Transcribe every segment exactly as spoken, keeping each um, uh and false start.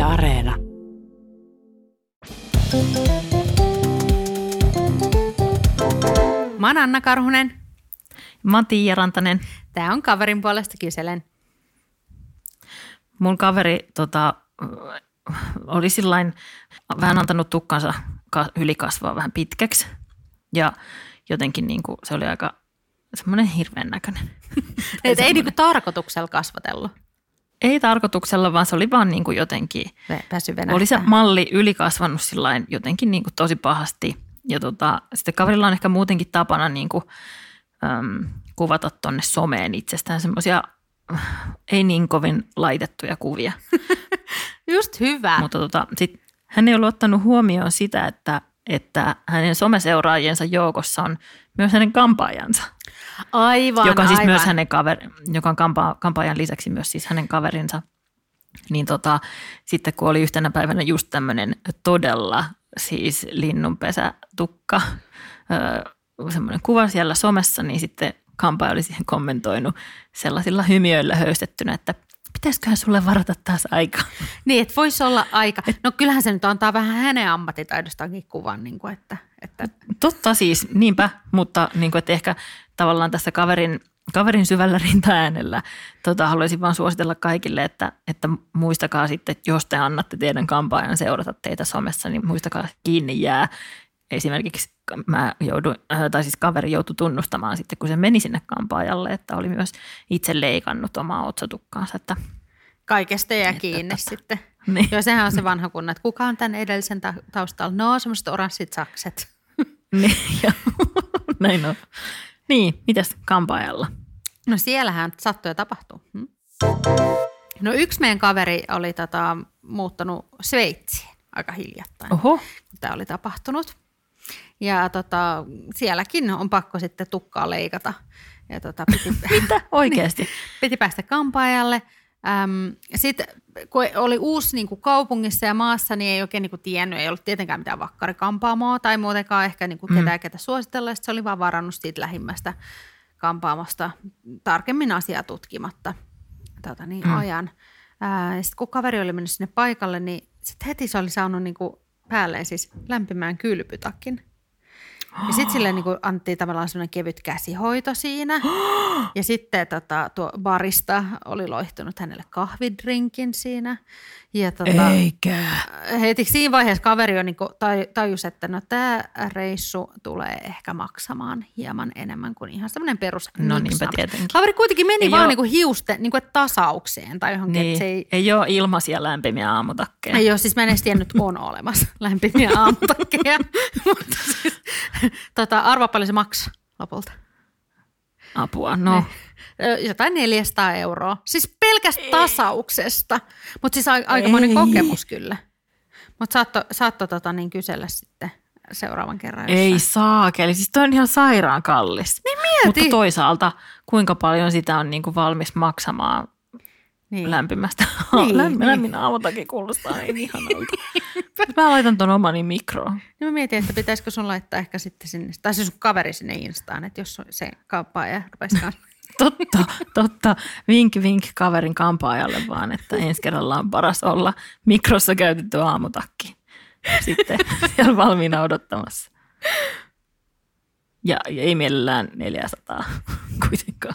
Yle Areena. Mä oon Anna Karhunen. Mä oon Tiia Rantanen. Tää on Kaverin puolesta kyselen. Mun kaveri tota, oli sillain vähän antanut tukkansa ylikasvaa vähän pitkäksi. Ja jotenkin niin kuin, se oli aika semmoinen hirveän näköinen. Et ei niinku tarkoituksella kasvatellut. Ei tarkoituksella, vaan se oli vaan niin kuin jotenkin, Pääsy venähtää. oli se malli ylikasvanut sillain jotenkin niin kuin tosi pahasti. Ja tota, sitten kaverilla on ehkä muutenkin tapana niin kuin, äm, kuvata tonne someen itsestään semmoisia ei niin kovin laitettuja kuvia. Just hyvä. Mutta tota, sit hän ei ollut ottanut huomioon sitä, että, että hänen someseuraajiensa joukossa on myös hänen kampaajansa. Aivan, joka on siis aivan. myös hänen kaveri, joka on kampa, kampaajan lisäksi myös siis hänen kaverinsa. Niin tota, sitten kun oli yhtenä päivänä just tämmöinen todella siis linnunpesätukka, öö, semmoinen kuva siellä somessa, niin sitten kampaaja oli siihen kommentoinut sellaisilla hymiöillä höystettynä, että pitäisiköhän sulle varata taas aikaa. Niin, että voisi olla aika. No kyllähän se nyt antaa vähän hänen ammattitaidostaankin kuvan, niin kuin että, että... Totta siis, niinpä, mutta niin kuin, että ehkä tavallaan tässä kaverin, kaverin syvällä rintaäänellä tota, haluaisin vaan suositella kaikille, että, että muistakaa sitten, että jos te annatte teidän kampaajan seurata teitä somessa, niin muistakaa kiinni jää. Esimerkiksi mä joudun, tai siis kaveri joutui tunnustamaan sitten, kun se meni sinne kampaajalle, että oli myös itse leikannut omaa otsatukkaansa. Että, kaikesta jää että, kiinni että, sitten. Niin. Joo, sehän on se vanha kunna, että kuka on tämän edellisen ta- taustalla? No, semmoiset oranssit sakset. Niin, ja, näin on. Niin, mitäs kampaajalla? No siellähän sattuu ja tapahtuu. Hmm? No yksi meidän kaveri oli tota, muuttanut Sveitsiin aika hiljattain, Oho. kun tämä oli tapahtunut. Ja tota, sielläkin on pakko sitten tukkaa leikata. Ja tota, piti, Mitä? Oikeasti? niin, piti päästä kampaajalle. Sitten kun oli uusi niin kuin kaupungissa ja maassa, niin ei oikein niin kuin tiennyt, ei ollut tietenkään mitään vakkarikampaamoa tai muutenkaan ehkä niin kuin ketään, mm. ketä suositella. Sitten se oli vaan varannut siitä lähimmästä kampaamosta tarkemmin asiaa tutkimatta tota, niin, mm. ajan. Sitten kun kaveri oli mennyt sinne paikalle, niin sitten heti se oli saanut niin kuin päälleen siis lämpimään kylpytakin. Ja sitten sille niin annettiin tavallaan sellainen kevyt käsihoito siinä. Ja sitten tota, tuo barista oli loihtunut hänelle kahvidrinkin siinä. Ja, tota, Eikä. Heti siinä vaiheessa kaveri on niin tajusi, että no tämä reissu tulee ehkä maksamaan hieman enemmän kuin ihan semmoinen perus. No niinpä tietenkin. Kaveri kuitenkin meni ei vaan ole... niin kuin hiusten niin kuin tasaukseen tai johonkin. Niin. Se ei... ei ole ilmaisia lämpimiä aamutakkeja. Ei ole, siis mä en edes tiennyt, että on olemassa lämpimiä aamutakkeja. Mutta siis, tota, arvaa paljon se maksaa lopulta. Apua, no. Ne, jotain neljäsataa euroa. Siis pelkästä tasauksesta. Mutta siis a- aikamoinen kokemus kyllä. Mutta saatto, saatto tota, niin kysellä sitten seuraavan kerran. Ei saakeli, siis toi on ihan sairaan kallis. Niin mieti. Mutta toisaalta kuinka paljon sitä on niinku valmis maksamaan niin. lämpimästä. Niin, Lämmin, niin. lämmin aamutakin kuulostaa niin ihanalta. Mä laitan ton omani mikroon. Niin mä mietin, että pitäisikö sun laittaa ehkä sitten sinne, tai se sun kaveri sinne Instaan, että jos se kampaaja rupesi kanssa. Totta, totta. Vink, vink kaverin kampaajalle vaan, että ensi kerralla on paras olla mikrossa käytetty aamutakki. Sitten siellä valmiina odottamassa. Ja, ja ei mielellään neljäsataa kuitenkaan.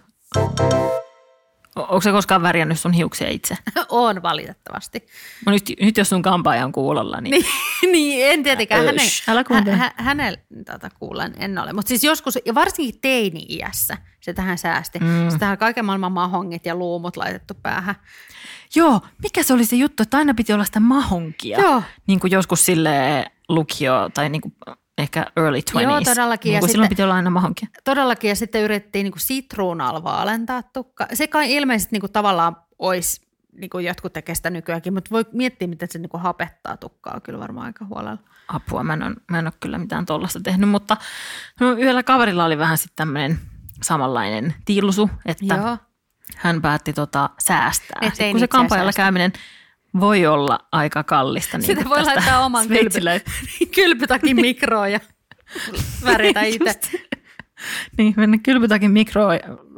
Onko se koskaan värjännyt sun hiuksia itse? On valitettavasti. No nyt, nyt jos sun kampaaja on kuulolla, niin... niin, niin en tietenkään. Ä, Hänen, älä kuuntele. hä, hänellä tota, kuulen en ole. Mutta siis joskus, ja varsinkin teini-iässä, se tähän säästi. Mm. Sitä on kaiken maailman mahongit ja luumut laitettu päähän. Joo, mikä se oli se juttu, että aina piti olla sitä mahonkia. Joo. Niin kuin joskus silleen lukio tai niin kuin ehkä early twenties. Joo, todellakin. Niin kuin silloin piti olla aina mahonkia. Todellakin, ja sitten yritettiin niin kuin sitruunalla vaalentaa tukka. Se kai ilmeisesti niin kuin tavallaan olisi, niin kuin jotkut tekee sitä nykyäänkin, mutta voi miettiä, miten se niin kuin hapettaa tukkaa kyllä varmaan aika huolella. Apua, mä en ole, mä en ole kyllä mitään tollasta tehnyt, mutta no, yhdellä kaverilla oli vähän sitten tämmöinen samanlainen tilsu, että Joo. hän päätti tota säästää. Ettei Sitten, kun se kampaajalla käyminen voi olla aika kallista. Niin sitä voi laittaa oman kylpy, kylpytakin mikroon ja väritä itse. Niin, mennä kylpytakin mikroon,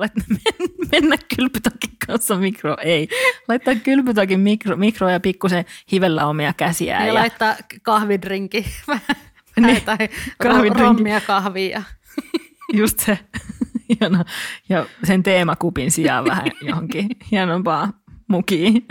mennä kylpytakin kanssa mikro, ei. Laittaa kylpytakin mikro, mikroon ja pikkusen hivellä omia käsiään. Ja, ja laittaa kahvidrinki niin, tai kahvidrinki. rommia kahvia. Just se. Hieno. Ja sen teemakupin sijaan vähän johonkin hienompaa mukiin.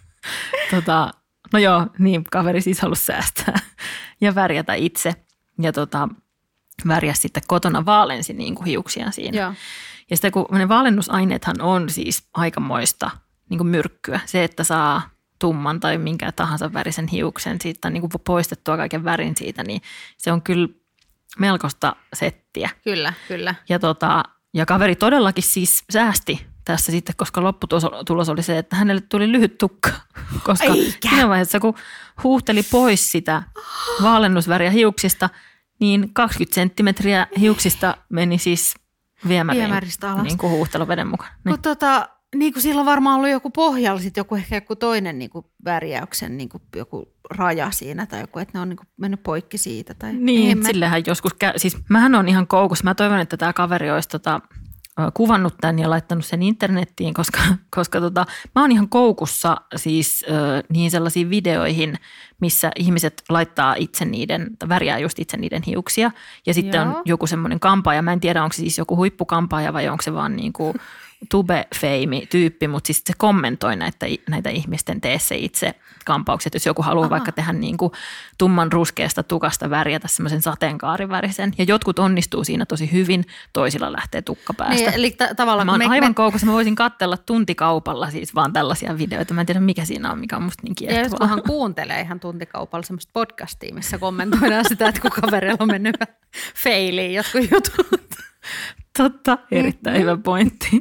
Tota, no joo, niin kaveri siis halusi säästää ja värjätä itse. Ja tota, värjäsi sitten kotona vaalensi niin kuin hiuksia siinä. Joo. Ja sitten kun ne vaalennusaineethan on siis aikamoista niin kuin myrkkyä. Se, että saa tumman tai minkä tahansa värisen hiuksen, siitä niin kuin poistettua kaiken värin siitä, niin se on kyllä melkoista settiä. Kyllä, kyllä. Ja, tota, ja kaveri todellakin siis säästi tässä sitten, koska lopputulos oli se, että hänelle tuli lyhyt tukka. Koska Eikä. siinä vaiheessa, kun huuhteli pois sitä vaalennusväriä hiuksista, niin kaksikymmentä senttimetriä hiuksista meni siis viemäriin, Viemäristä alas. niin kuin huuhteluveden mukaan. Niin. Kun tota, niin kuin sillä on varmaan ollut joku pohjalla, sit joku ehkä joku toinen niin kuin värjäyksen niin kuin joku raja siinä tai joku, että ne on niin kuin mennyt poikki siitä. Tai Niin, sillähän joskus käy. Siis mähän on ihan koukussa. Mä toivon, että tämä kaveri olisi tota, kuvannut tämän ja laittanut sen internettiin, koska, koska tota, mä oon ihan koukussa siis äh, niihin sellaisiin videoihin, missä ihmiset laittaa itse niiden, värjää just itse niiden hiuksia. Ja sitten Joo. on joku semmoinen kampaaja. Mä en tiedä, onko se siis joku huippukampaaja vai onko se vaan niin kuin tube-feimi-tyyppi, mutta siis se kommentoi näitä, näitä ihmisten tee se itse kampaukset, jos joku haluaa Aha. vaikka tehdä niin kuin tumman ruskeasta tukasta värjätä semmoisen sateenkaarivärisen. Ja jotkut onnistuu siinä tosi hyvin, toisilla lähtee tukka päästä. Niin, eli ta- tavallaan, mä oon me, aivan me, koukussa, mä voisin katsella tuntikaupalla siis vaan tällaisia videoita. Mä en tiedä, mikä siinä on, mikä on musta niin kiehtovaa. Ja joskushan kuuntelee ihan tuntikaupalla semmoista podcastia, missä kommentoidaan sitä, että kun kaverilla on mennyt feiliin jotkut jutut. Totta, erittäin hyvä pointti.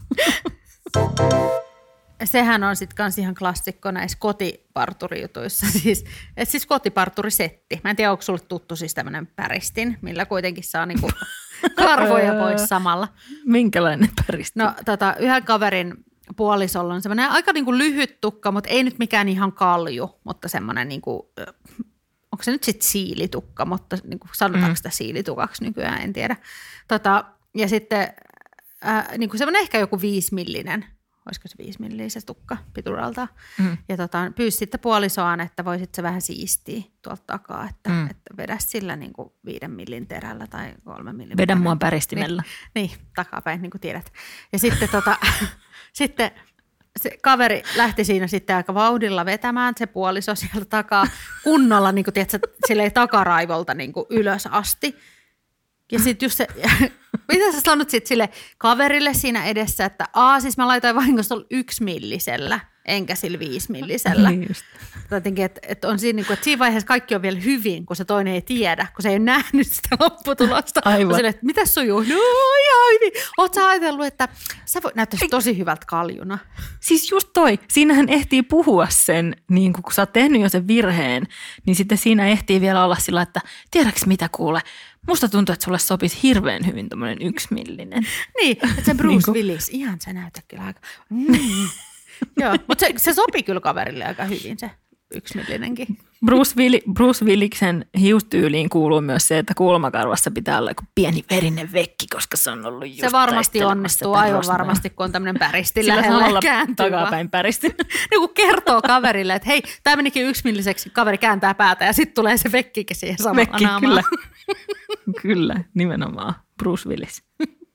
Sehän on sitten kans ihan klassikko näissä kotiparturijutuissa, siis, et siis kotiparturisetti. Mä en tiedä, onko sulle tuttu siis tämmöinen päristin, millä kuitenkin saa niinku karvoja pois samalla. Minkälainen päristin? No tota, yhden kaverin puolisolla on semmoinen aika niinku lyhyt tukka, mutta ei nyt mikään ihan kalju, mutta semmoinen niinku, onko se nyt sitten siilitukka, mutta niinku, sanotaanko sitä siilitukaksi nykyään, en tiedä. Tota, ja sitten äh, niinku semmoinen ehkä joku viismillinen, olisiko se viismillinen se tukka pituudeltaan. Mm. Ja tota, pyysi sitten puolisoaan, että voisit se vähän siistiä tuolta takaa, että, mm. että vedä sillä niinku viiden millin terällä tai kolme millin. Vedä mua päristimellä. Niin, niin, takapäin, niin kuin tiedät. Ja sitten, tota, sitten se kaveri lähti siinä sitten aika vauhdilla vetämään se puoliso sieltä takaa kunnolla, niin kuin tiedätkö, silleen takaraivolta niin kuin ylös asti. Ja sitten just se, mitä sä sanot sitten sille kaverille siinä edessä, että aa, siis mä laitoin vahingossa yksmillisellä, enkä sillä viismillisellä. Niin just. Jotenkin, että, että on siinä, että siinä vaiheessa kaikki on vielä hyvin, kun se toinen ei tiedä, kun se ei ole nähnyt sitä lopputulosta. Aivan. Sille, että mitä sujuu? No ihan hyvin. Ootko sä ajatellut, että sä voit näyttäisi tosi hyvältä kaljuna? Siis just toi. Siinähän ehtii puhua sen, niin kun sä oot tehnyt jo sen virheen, niin sitten siinä ehtii vielä olla sillä, että tiedätkö mitä kuule? Musta tuntuu, että sulle sopisi hirveän hyvin tommoinen yksmillinen. Niin, että se Bruce Niin kuin- Willis, ihan sä näytät kyllä aika. Mm. Joo, mutta se, se sopi kyllä kaverille aika hyvin se yksmillinenkin. Bruce, Willi, Bruce Williksen hiustyyliin kuuluu myös se, että kulmakarvassa pitää olla joku pieni verinen vekki, koska se on ollut just Se varmasti taistelemassa onnistuu tämän aivan rosnoa. varmasti, kun on tämmöinen päristi Sillä lähellä samalla ja kääntyy vaan. takapäin päristi. Niin kun kertoo kaverille, että hei, tämä menikin yksimilliseksi, kaveri kääntää päätä ja sitten tulee se vekkikin siihen samalla Vekki, naamalla. kyllä. Kyllä, nimenomaan. Bruce Willis.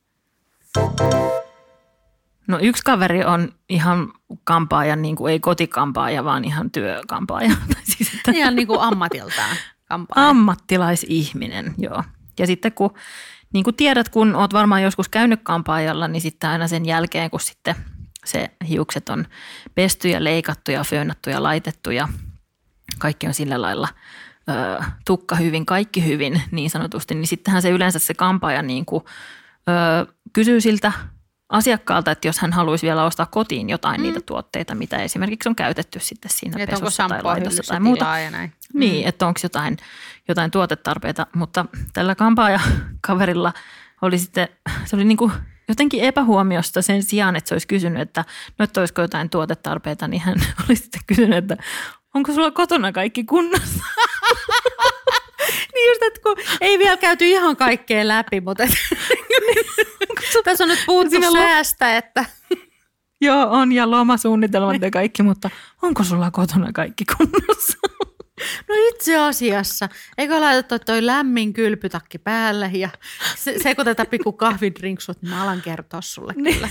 No yksi kaveri on ihan kampaaja, niin kuin ei kotikampaaja, vaan ihan työkampaaja. Tai siis, että Ihan niin kuin ammatiltaan kampaaja. ammattilaisihminen, joo. Ja sitten kun, niin kuin tiedät, kun oot varmaan joskus käynyt kampaajalla, niin sitten aina sen jälkeen, kun sitten se hiukset on pesty ja leikattu ja föönattu ja laitettu ja kaikki on sillä lailla ö, tukka hyvin, kaikki hyvin niin sanotusti, niin sittenhän se yleensä se kampaaja niin kuin, ö, kysyy siltä asiakkaalta, että jos hän haluaisi vielä ostaa kotiin jotain mm. niitä tuotteita, mitä esimerkiksi on käytetty sitten siinä Että onko pesussa tai shampoo laitossa hyllyssä tai muuta. tilaa ja näin. Niin, mm. että onko jotain, jotain tuotetarpeita, mutta tällä kampaajakaverilla oli sitten, se oli niin kuin jotenkin epähuomiosta sen sijaan, että se olisi kysynyt, että no, että olisiko jotain tuotetarpeita, niin hän oli sitten kysynyt, että onko sulla kotona kaikki kunnossa? Niin just, että kun ei vielä käyty ihan kaikkea läpi, mutta et, tässä on nyt puhuttu säästä, että... Joo, on ja lomasuunnitelmat ja kaikki, mutta onko sulla kotona kaikki kunnossa? No itse asiassa. Eikö laitettu toi lämmin kylpytakki päälle ja se, sekoitetaan pikku kahvidrinksut, niin mä alan kertoa sulle kyllä.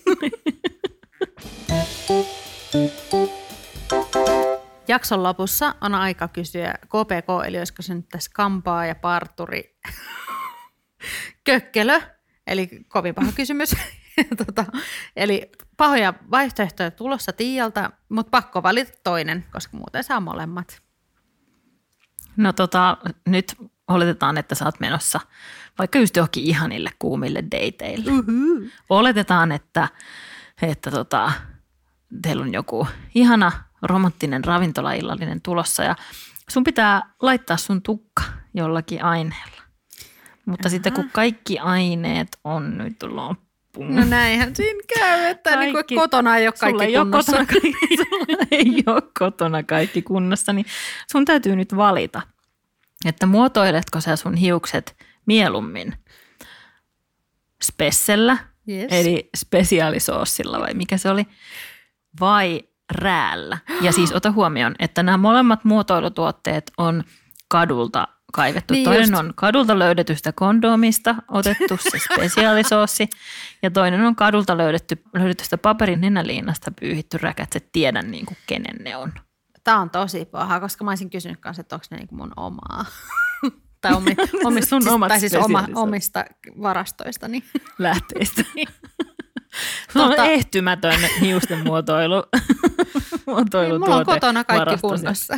Jakson lopussa on aika kysyä K P K, eli olisiko se nyt tässä kampaa ja parturi kökkelö, eli kovin paha kysymys. tota, eli pahoja vaihtoehtoja tulossa Tiialta, mutta pakko valita toinen, koska muuten saa molemmat. No tota, nyt oletetaan, että sä oot menossa vaikka just johonkin ihanille kuumille dateille. Uh-huh. Oletetaan, että, että tota, teillä on joku ihana romanttinen ravintolaillallinen tulossa ja sun pitää laittaa sun tukka jollakin aineella. Mutta Aha. sitten kun kaikki aineet on nyt loppu. No näinhän siinä käy, että niin kuin kotona ei ole kaikki ei kunnossa. Ole kotona, sulla ei ole kotona kaikki kunnossa, niin sun täytyy nyt valita, että muotoiletko sä sun hiukset mieluummin spessellä, yes. eli spesiaalisoossilla vai mikä se oli, vai räällä. Ja siis ota huomioon, että nämä molemmat muotoilutuotteet on kadulta kaivettu. Niin toinen just. on kadulta löydetystä kondomista otettu se spesiaalisoossi ja toinen on kadulta löydetty, löydetystä paperin nenäliinasta pyyhitty räkät. Et tiedä niin kuin kenen ne on. Tämä on tosi paha, koska mä olisin kysynyt kanssa, että onko ne niin kuin mun omaa. tai omi, omista, sun siis, omat tai siis oma, omista varastoistani. Lähteistä. Sulla tota, on ehtymätön hiusten muotoilu. muotoilutuote. Mulla on kotona kaikki varastosi. kunnossa.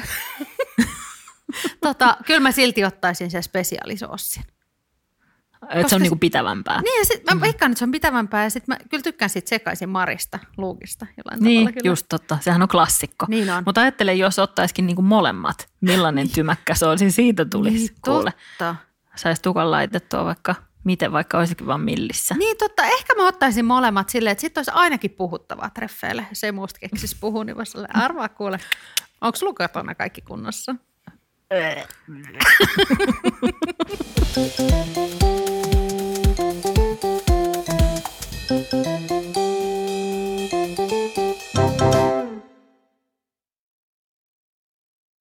tota, kyllä mä silti ottaisin sen spesiaalisoossin. Että se on niinku pitävämpää. Niin, ja sit, mä veikkaan, että se on pitävämpää, ja sit mä kyllä tykkään siitä sekaisin Marista, Luukista. Niin, just totta. Sehän on klassikko. Niin on. Mutta ajattele, jos ottaisikin niinku molemmat, millainen tymäkkä se olisi, siitä tulisi niin, kuule. Totta. Saisi tukan laitettua vaikka miten, vaikka olisikin vaan millissä. Niin totta, ehkä mä ottaisin molemmat silleen, että sitten olisi ainakin puhuttavaa treffeille. Jos ei muusta keksisi puhua, niin voisi olla arvaa kuule. Onko sulla kotona kaikki kunnossa?